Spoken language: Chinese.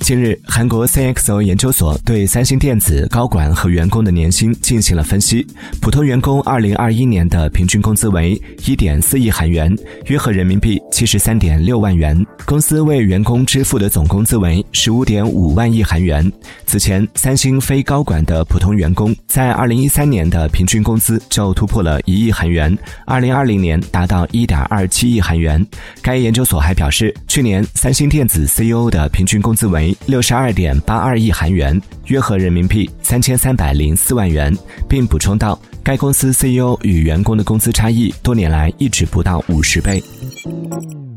近日，韩国 CXO 研究所对三星电子高管和员工的年薪进行了分析。普通员工2021年的平均工资为 1.4 亿韩元，约合人民币 73.6万元。公司为员工支付的总工资为 15.5 万亿韩元。此前，三星非高管的普通员工在2013年的平均工资就突破了1亿韩元，2020年达到 1.27 亿韩元。该研究所还表示，去年三星电子 CEO 的平均工资为 62.82 亿韩元，约合人民币 3304万元，并补充道，该公司 CEO 与员工的工资差异多年来一直不到50倍。